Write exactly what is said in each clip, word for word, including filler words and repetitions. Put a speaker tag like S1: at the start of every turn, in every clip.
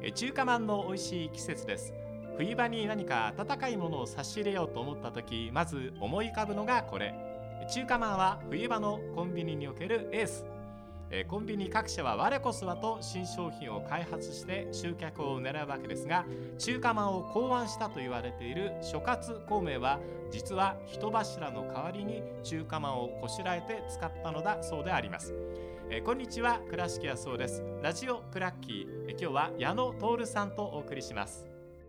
S1: え中華まんの美味しい季節です。冬場に何か温かいものを差し入れようと思った時、まず思い浮かぶのがこれ。中華まんは冬場のコンビニにおけるエース。えコンビニ各社は我こそはと新商品を開発して集客を狙うわけですが、中華まんを考案したと言われている諸葛孔明は実は人柱の代わりに中華まんをこしらえて使ったのだそうであります。えこんにちは、倉敷康夫です。ラジオクラッキー、え今日は矢野徹さんとお送りします。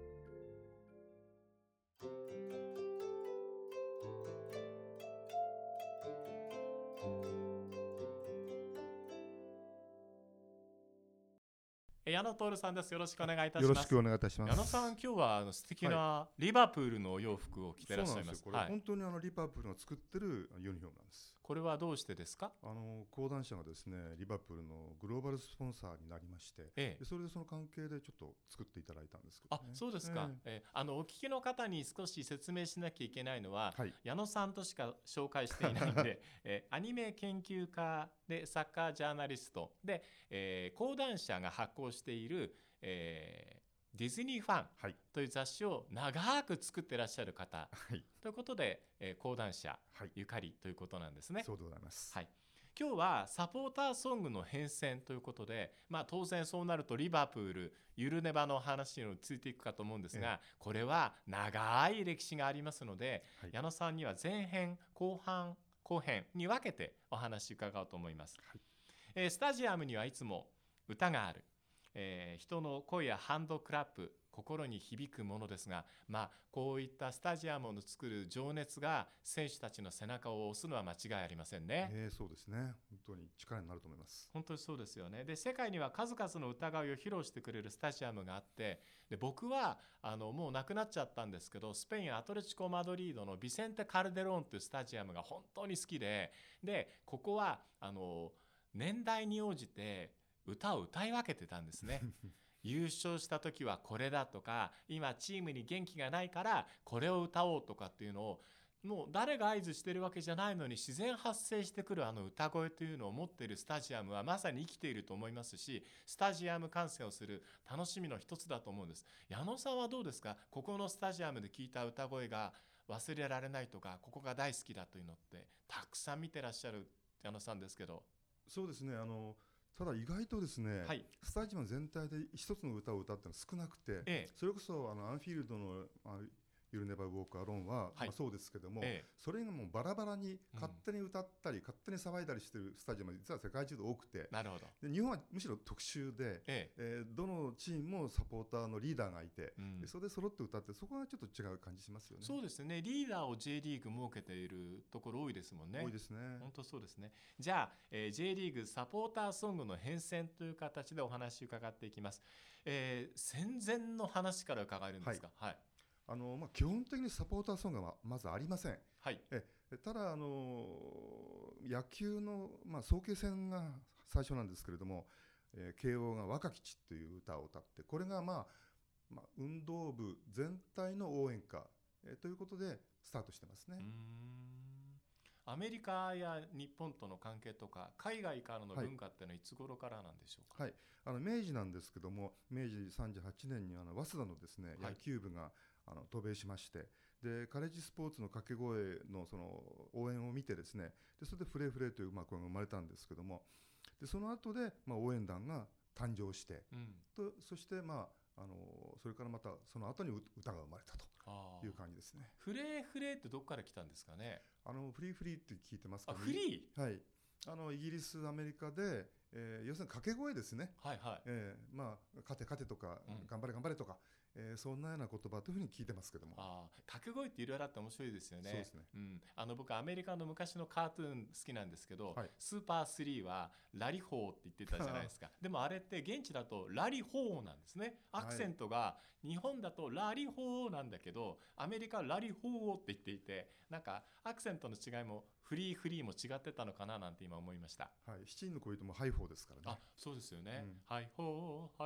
S1: 矢野徹さんです。よろしくお願いいたします。
S2: よろしくお願いいたします。
S1: 矢野さん、今日はあの素敵なリバプールのお洋服を着てらっしゃいます。
S2: そうなんですよ。これ、はい、本当にあのリバプールが作ってるユニフォームなんです。
S1: これはどうしてですか？
S2: あの講談社がですね、リバプールのグローバルスポンサーになりまして、ええ、でそれでその関係でちょっと作っていただいたんですけど、ね、
S1: あ、そうですか。えええあのお聞きの方に少し説明しなきゃいけないのは、はい、矢野さんとしか紹介していないんで、えアニメ研究家でサッカージャーナリストで、えー、講談社が発行しているえーディズニーファンという雑誌を長く作ってらっしゃる方、はい、ということで、えー、講談社ゆかりということなんですね。
S2: そうでございます、
S1: はい、今日はサポーターソングの変遷ということで、まあ、当然そうなるとリバプールゆるネバの話についていくかと思うんですが、ええ、これは長い歴史がありますので、はい、矢野さんには前編後半後編に分けてお話伺おうと思います、はい。えー、スタジアムにはいつも歌がある。えー、人の声やハンドクラップ、心に響くものですが、まあ、こういったスタジアムの作る情熱が選手たちの背中を押すのは間違いありませんね。
S2: えー、そうですね。本当に力になると思います。
S1: 本当にそうですよね。で、世界には数々の歌声を披露してくれるスタジアムがあって、で僕はあのもうなくなっちゃったんですけど、スペインアトレチコ・マドリードのビセンテ・カルデローンというスタジアムが本当に好きで、でここはあの年代に応じて歌を歌い分けてたんですね。優勝した時はこれだとか、今チームに元気がないからこれを歌おうとかっていうのを、もう誰が合図してるわけじゃないのに自然発生してくるあの歌声というのを持っているスタジアムはまさに生きていると思いますし、スタジアム観戦をする楽しみの一つだと思うんです。矢野さんはどうですか？ここのスタジアムで聞いた歌声が忘れられないとか、ここが大好きだというのってたくさん見てらっしゃる矢野さんですけど。
S2: そうですね。あのただ意外とですね、はい、スタジアム全体で一つの歌を歌ってのは少なくて、ええ、それこそあのアンフィールドのユルネバーウォークアローンは、はい、まあ、そうですけども、ええ、それがもうバラバラに勝手に歌ったり、うん、勝手に騒いだりしてるスタジアムは実は世界中で多くて、
S1: なるほど。
S2: で日本はむしろ特殊で、えええー、どのチームもサポーターのリーダーがいて、うん、それで揃って歌って、そこはちょっと違う感じしますよね。
S1: そうですね。リーダーを J リーグ設けているところ多いですもんね。
S2: 多いですね。
S1: 本当そうですね。じゃあ、えー、J リーグサポーターソングの変遷という形でお話を伺っていきます。えー、戦前の話から伺えるんですか？はい、はい。
S2: あのまあ、基本的にサポーターソングはまずありません、はい、えただあの野球の、まあ、早慶戦が最初なんですけれども、えー、慶応が若き血という歌を歌って、これが、まあまあ、運動部全体の応援歌、えー、ということでスタートしてますね。
S1: うーん、アメリカや日本との関係とか海外からの文化ってのはいつ頃からなんでしょうか？
S2: はい、あの明治なんですけども、明治さんじゅうはちねんにあの早稲田のですね、野球部が、はい、あの渡米しまして、でカレッジスポーツの掛け声 の, その応援を見てですね、でそれでフレーフレーという、まあ、声が生まれたんですけども、でその後で、まあ、応援団が誕生して、うん、とそして、まあ、あのそれからまたその後に歌が生まれたという感じですね。
S1: フレーフレーってどこから来たんですかね？
S2: あのフリーフリーって聞いてますか、ね？
S1: あ、フリー、
S2: はい、あのイギリスアメリカで、えー、要するに掛け声ですね。
S1: はいはい、
S2: えーまあ、勝て勝てとか、うん、頑張れ頑張れとか、えー、そんなような言葉というふうに聞いてますけども。
S1: あ、掛け声っていろいろあって面白いですよね。
S2: そうですね、
S1: うん、あの僕アメリカの昔のカートゥーン好きなんですけど、はい、スーパースリーはラリホーって言ってたじゃないですか。でもあれって現地だとラリホーなんですね。アクセントが日本だとラリホーなんだけど、アメリカはラリホーって言っていて、なんかアクセントの違いもフリーフリーも違ってたのかななんて今思いました。
S2: はい、七人の恋人もハイフォーですからね。
S1: あ、そうですよね、うん、ハイホーハイホーっ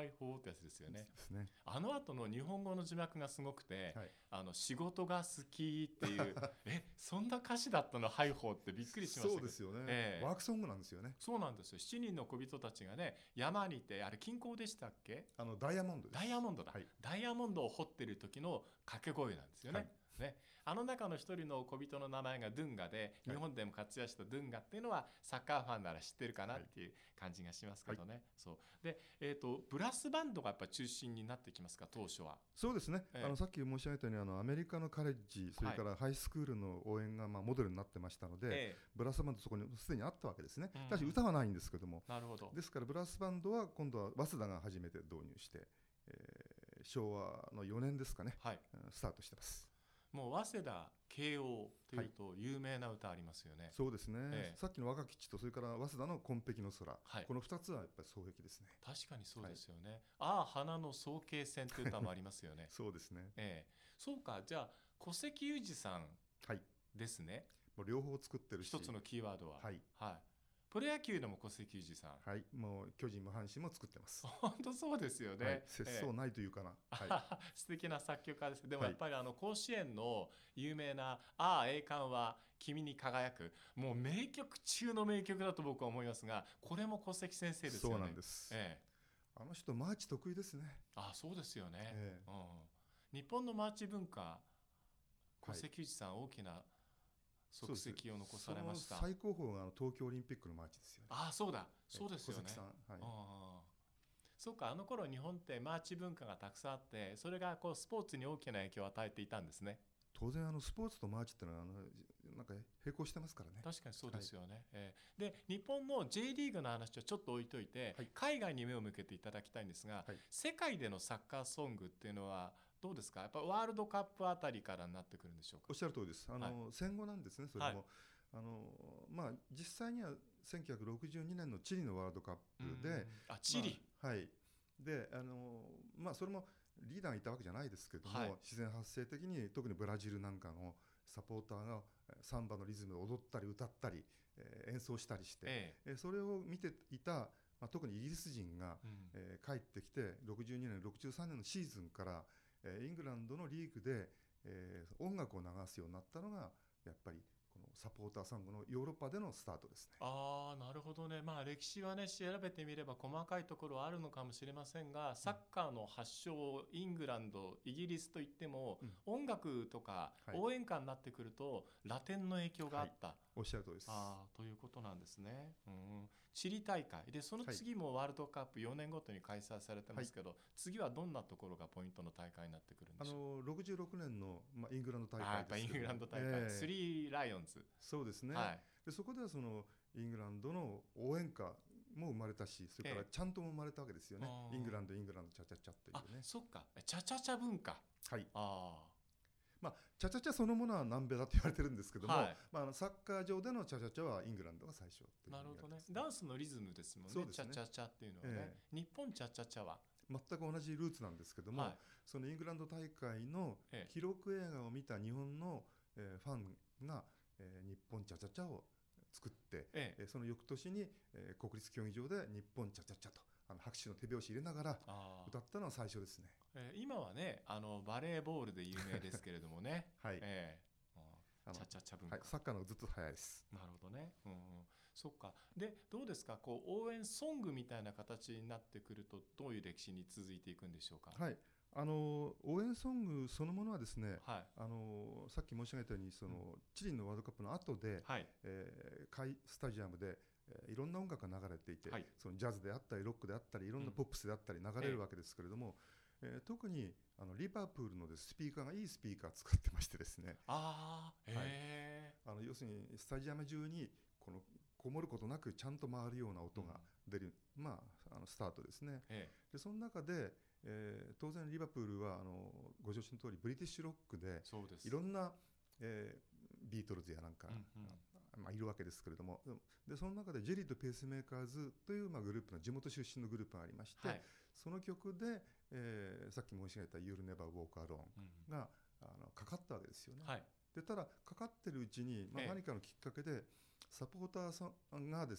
S1: ってやつですよね。
S2: ですね。
S1: あの後の日本語の字幕がすごくて、
S2: はい、
S1: あの仕事が好きっていうえそんな歌詞だったのハイホーってびっくりしましたけど。
S2: そうですよね、
S1: ええ、
S2: ワークソングなんですよね。
S1: そうなんですよ。しちにんの小人たちがね、山にいて、あれ金鉱でしたっけ？
S2: あのダイヤモンドです。
S1: ダイヤモンドだ、
S2: はい、
S1: ダイヤモンドを掘ってる時の掛け声なんですよね。
S2: はい
S1: ね、あの中の一人の小人の名前がドゥンガで、
S2: はい
S1: 日本でも活躍したドゥンガっていうのはサッカーファンなら知ってるかなっていう感じがしますけどね。そうで、えーと、ブラスバンドがやっぱ中心になってきますか、当初は。
S2: そうですね、
S1: ええ
S2: あのさっき申し上げたようにあのアメリカのカレッジ、それからハイスクールの応援がまあモデルになってましたので、
S1: ええ、
S2: ブラスバンドそこにすでにあったわけですね。
S1: うん
S2: ただし歌はないんですけども、
S1: なるほど。
S2: ですからブラスバンドは今度は早稲田が初めて導入して、えー昭和のよねんですかね、
S1: はい、
S2: うんスタートしてます。
S1: もう早稲田慶応というと有名な歌ありますよね。
S2: そうですね、
S1: ええ
S2: さっきの若き地とそれから早稲田の紺碧の空、
S1: はい、
S2: このふたつはやっぱり双璧ですね。
S1: 確かにそうですよね。ああ花の早慶戦という歌もありますよね。
S2: そうですね、
S1: ええ、そうか。じゃあ小関裕二さん
S2: はい、
S1: ですね。
S2: もう両方作ってるし、
S1: 一つのキーワードは、
S2: はい、
S1: はい、プロ野球でも小関裕二さん、
S2: はい、もう巨人も阪神も作ってます。
S1: 本当そうですよね。
S2: はい、節操
S1: ええ
S2: ないというかな、はい、
S1: 素敵な作曲家です。でも
S2: はい
S1: やっぱりあの甲子園の有名な「ああ栄冠は君に輝く」もう名曲中の名曲だと僕は思いますが、これも小関先生ですよね。
S2: そうなんです、
S1: ええ、
S2: あの人マーチ得意ですね。
S1: ああそうですよね、
S2: ええ
S1: うん、日本のマーチ文化、小
S2: はい
S1: 関裕二さん大きな足
S2: そうです
S1: 跡を残されました。
S2: その最高峰があの東京オリンピックのマーチですよね。
S1: ああそうだ、そうですよね。
S2: 小関さん、はい、
S1: ああそうか、あの頃日本ってマーチ文化がたくさんあって、それがこうスポーツに大きな影響を与えていたんですね。
S2: 当然あのスポーツとマーチってのはあのなんか並行してますからね。
S1: 確かにそうですよね。えーで日本の J リーグの話はちょっと置いといて、
S2: はい、
S1: 海外に目を向けていただきたいんですが、
S2: はい、
S1: 世界でのサッカーソングっていうのはどうですか？やっぱワールドカップあたりからになってくるんでしょうか？
S2: おっしゃる通りです。あの、
S1: はい、
S2: 戦後なんですね、それも。
S1: はい、
S2: あのまあ、実際にはせんきゅうひゃくろくじゅうにねんのチリのワールドカップで、
S1: うんあチリ、
S2: まあ、はい、であのまあ、それもリーダーがいたわけじゃないですけども、
S1: はい、
S2: 自然発生的に特にブラジルなんかのサポーターがサンバのリズムで踊ったり歌ったり、えー演奏したりして、
S1: え
S2: えーそれを見ていた、まあ、特にイギリス人が、
S1: えうん
S2: えー帰ってきてろくじゅうにねんろくじゅうさんねんのシーズンから、えーイングランドのリーグで、えー音楽を流すようになったのがやっぱりこのサポーターソングのヨーロッパでのスタートですね。
S1: ああなるほどね。まあ歴史はね調べてみれば細かいところはあるのかもしれませんが、サッカーの発祥イングランドイギリスといっても、
S2: うん
S1: 音楽とか
S2: はい
S1: 応援歌になってくるとラテンの影響があった、
S2: おっしゃる通りです。
S1: ああということなんですね。うん、チリ大会でその次もワールドカップよねんごとに開催されてますけど、次はどんなところがポイントの大会になってくるんで
S2: あ
S1: しょう？
S2: のろくじゅうろくねんの、まあ、イングランド大
S1: あーやっぱイン
S2: 会ですけど
S1: グランド大会、
S2: ええ
S1: スリーライオンズ、
S2: そうですね、
S1: はい、
S2: でそこではそのイングランドの応援歌も生まれたし、それから
S1: ええ
S2: ちゃんとも生まれたわけですよね、
S1: あー
S2: イングランドイングランドチャチャチャと
S1: あ
S2: いうね。
S1: そっか、チャチャチャ文化、
S2: はい
S1: あ
S2: まあ、チャチャチャそのものは南米だと言われてるんですけども、
S1: はい
S2: まあ、あのサッカー場でのチャチャチャはイングランドが最初という
S1: あなるほどね。
S2: ふうに言われてます
S1: ダンスのリズムですもんね、
S2: そうですね
S1: チャチャチャっていうのはね、
S2: え
S1: 日本チャチャチャは、
S2: 全く同じルーツなんですけども、
S1: はい
S2: そのイングランド大会の
S1: ええ
S2: 記録映画を見た日本の、えーファンが、えー日本チャチャチャを作って、
S1: ええ
S2: えーその翌年に、えー国立競技場で日本チャチャチャとあの拍手の手拍子入れながら
S1: あー
S2: 歌ったのは最初ですね。
S1: えー今はねあのバレーボールで有名ですけれどもね、
S2: はい、
S1: ええ
S2: あの
S1: チャチャチャ文化、
S2: はい、サッカーの方がずっと早いです。
S1: なるほどね、うんうん、そっか。でどうですか、こう応援ソングみたいな形になってくるとどういう歴史に続いていくんでしょうか？
S2: はいあの応援ソングそのものはですね、
S1: はい
S2: あのさっき申し上げたようにその、
S1: うん
S2: チリのワールドカップの後で、
S1: はい
S2: えー、カイスタジアムで、えーいろんな音楽が流れていて、
S1: はい
S2: そのジャズであったりロックであったりいろんなポップスであったり流れるわけですけれども、えー特にあのリバプールのですスピーカーがいいスピーカー使ってましてですね、
S1: ああへ
S2: はい
S1: え、
S2: あの要するにスタジアム中にこのこもることなくちゃんと回るような音が出る、まあ、あのスタートですね。
S1: ええ
S2: でその中で、えー当然リバプールはあのご承知の通りブリティッシュロックで
S1: そうです、
S2: いろんな、えービートルズやなんか、
S1: うんうん
S2: まあ、いるわけですけれども、でその中でジェリーとペースメーカーズという、まあ、グループの地元出身のグループがありまして、
S1: はい
S2: その曲で、えーさっき申し上げた「You'll Never Walk Alone
S1: うん」
S2: があのかかったわけですよね。
S1: はい
S2: でただかかってるうちに、まあ、
S1: ええ
S2: 何かのきっかけでサポーターさんがですね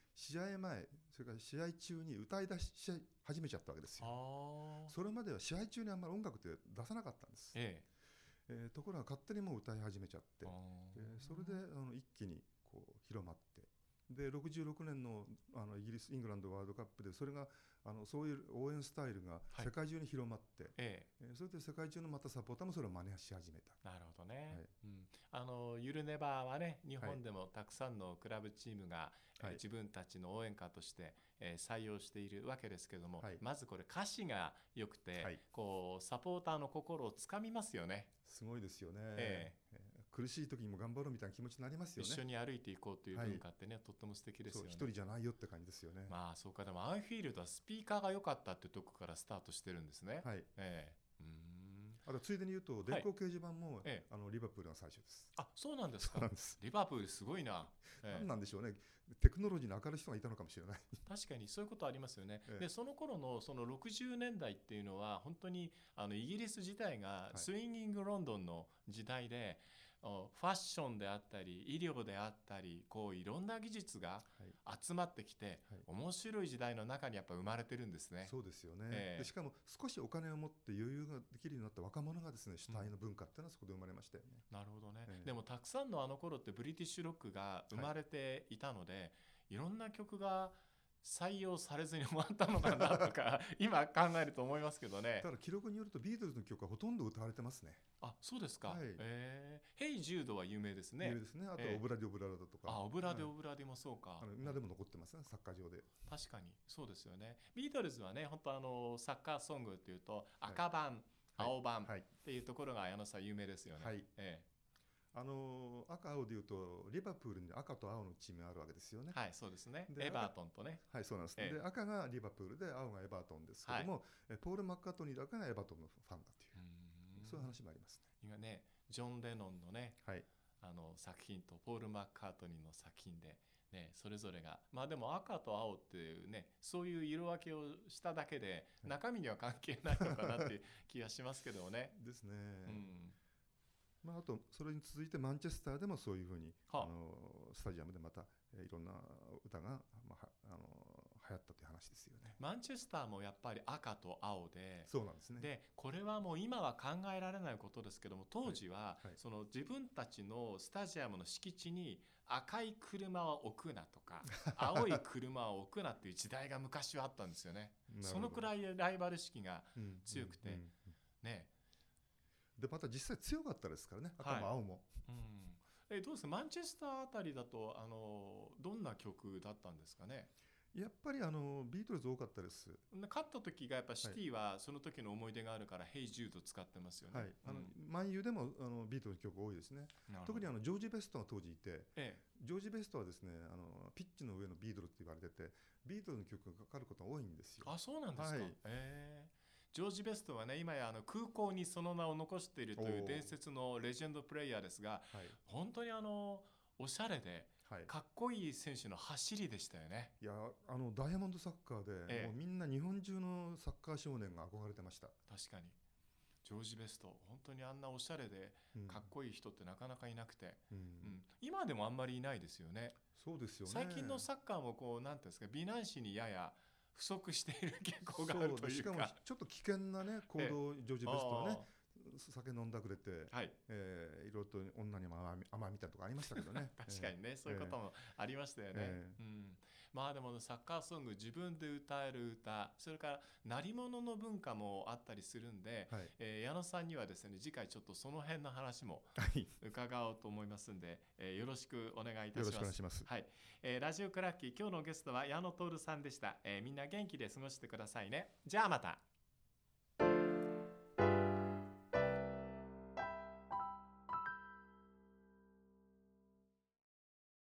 S2: 試合前、それから試合中に歌い出し始めちゃったわけですよ。
S1: あ
S2: それまでは試合中にあんまり音楽って出さなかったんです。
S1: え
S2: えーところが勝手にもう歌い始めちゃって
S1: え、あ
S2: でそれであの一気にこう広まって、でろくじゅうろくねんの、あのイギリスイングランドワールドカップでそれがあのそういう応援スタイルが
S1: はい
S2: 世界中に広まって、
S1: ええ
S2: えーそれで世界中のまたサポーターもそれを真似し始めた。
S1: なるほどね、
S2: はい
S1: うん、あのゆるネバーはね、日本でもたくさんのクラブチームが、えー
S2: はい
S1: 自分たちの応援歌として、えー採用しているわけですけれども、
S2: はい
S1: まずこれ歌詞が良くて、
S2: はい
S1: こうサポーターの心をつかみますよね。
S2: すごいですよね、
S1: え
S2: えー苦しい時にも頑張ろうみたいな気持ちになりますよね。
S1: 一緒に歩いていこうという文化ってね、とっても素敵ですよね。
S2: そう一人じゃないよって感じですよね。
S1: まあそうか、でもアンフィールドはスピーカーが良かったっていうとこからスタートしてるんですね。
S2: はい、
S1: ええうーん
S2: あとついでに言うと電光掲示板も、
S1: ええ
S2: あのリバプールが最初です。
S1: あ、そうなんですか
S2: そうなん。です。
S1: リバプールすごいな。ええ
S2: 何なんでしょうね、テクノロジーに明るい人がいたのかもしれない。
S1: 確かにそういうことありますよね。
S2: ええ
S1: でその頃のそのろくじゅうねんだいっていうのは本当にあのイギリス自体が
S2: い
S1: スインギングロンドンの時代で、おファッションであったり医療であったり、こういろんな技術が
S2: はい
S1: 集まってきて、
S2: はい
S1: 面白い時代の中にやっぱ生まれてるんですね。
S2: そうですよね、
S1: ええ
S2: でしかも少しお金を持って余裕ができるようになった若者がですね主体の文化っていうのはそこで生まれましたよね。
S1: なるほどね、
S2: ええ
S1: でもたくさんのあの頃ってブリティッシュロックが生まれていたので、い、ろんな曲が採用されずに終わったのかなとか今考えると思いますけどね。
S2: ただ記録によるとビートルズの曲はほとんど歌われてますね。
S1: あ、そうですか。
S2: はい
S1: えー、ヘイジュードは有名ですね。
S2: 有名ですね。あと
S1: ええ
S2: オブラディオブララダとか。
S1: あ、オブラデ
S2: はい
S1: オブラデもそうか。
S2: あの今でも残ってますね、サッカー場で。
S1: 確かにそうですよね。ビートルズはね、本当あのサッカーソングっていうと
S2: はい
S1: 赤版、青版っ
S2: はい
S1: ていうところが矢野さん有名ですよね。
S2: はい
S1: え
S2: あのー赤青でいうとリバプールに赤と青のチームがあるわけですよね。
S1: えはい、そうですね。
S2: で
S1: エバートンとね。
S2: はい、そうなんです、
S1: ええ
S2: で赤がリバプールで青がエバートンですけども、えポール・マッカートニーだけがエバートンのファンだという、
S1: うーん
S2: そういう話もありますね。
S1: 今ね、ジョン・レノンのね、
S2: はい
S1: あの作品とポール・マッカートニーの作品で、ね、それぞれが、まあでも赤と青っていうね、そういう色分けをしただけで中身には関係ないのかなっていう気がしますけどね。
S2: ですね、
S1: うん
S2: まあ、あとそれに続いてマンチェスターでもそういうふうに、
S1: はあ
S2: あのスタジアムでまた、えーいろんな歌が、まあ、はあの流行ったという話ですよね。
S1: マンチェスターもやっぱり赤と青で、
S2: そうなんですね。
S1: でこれはもう今は考えられないことですけども、当時は
S2: はいはい
S1: その自分たちのスタジアムの敷地に赤い車は置くなとか青い車は置くなっていう時代が昔はあったんですよね。そのくら
S2: い
S1: いライバル意識が強くてね。
S2: でまた実際強かったですからね、赤も青も。
S1: うん、えどうですか、マンチェスターあたりだとあのどんな曲だったんですかね。
S2: やっぱりあのビートルズ多かったです。
S1: 勝った時がやっぱシティはその時の思い出があるから「ヘイジュード」使ってますよね。
S2: はい、あの
S1: うん
S2: マンユーでもあのビートルズの曲多いですね。
S1: なるほど
S2: 特にあのジョージ・ベストが当時いて、
S1: え
S2: ジョージ・ベストはですねあのピッチの上のビートルズって言われてて、ビートルズの曲がかかることが多いんですよ。
S1: え、あ、そうなんですか。
S2: はい
S1: ええジョージ・ベストはね、今やあの空港にその名を残しているという
S2: おー
S1: 伝説のレジェンドプレイヤーですが、
S2: はい
S1: 本当にあのおしゃれで
S2: はい、
S1: かっこいい選手の走りでしたよね。
S2: いやあのダイヤモンドサッカーで、
S1: ええ
S2: もうみんな日本中のサッカー少年が憧れてました。
S1: 確かにジョージ・ベスト、本当にあんなおしゃれで
S2: うん
S1: かっこいい人ってなかなかいなくて、
S2: うん
S1: うん今でもあんまりいないですよね。
S2: そうですよね。
S1: 最近のサッカーもこうなんていうんですか、美男子にやや不足している傾向がある
S2: そう
S1: というか。
S2: でしかもちょっと危険なね行動、ジョージ・ベストはね
S1: あ
S2: 酒飲んだくれて、
S1: あはい
S2: えー、いろいろと女にも甘み甘みたいなとこありましたけどね。
S1: 確かにね、そういうこともありましたよね。
S2: え
S1: うん、まあでもサッカーソング自分で歌える歌、それから鳴り物の文化もあったりするんで、
S2: えーはい
S1: えー矢野さんにはですね、次回ちょっとその辺の話も
S2: はい、
S1: 伺おうと思いますんで、えーよろしくお願いいたします。
S2: よろしくお願いします。
S1: はい、えーラジオクラッキー、今日のゲストは矢野徹さんでした。えーみんな元気で過ごしてくださいね。じゃあまた。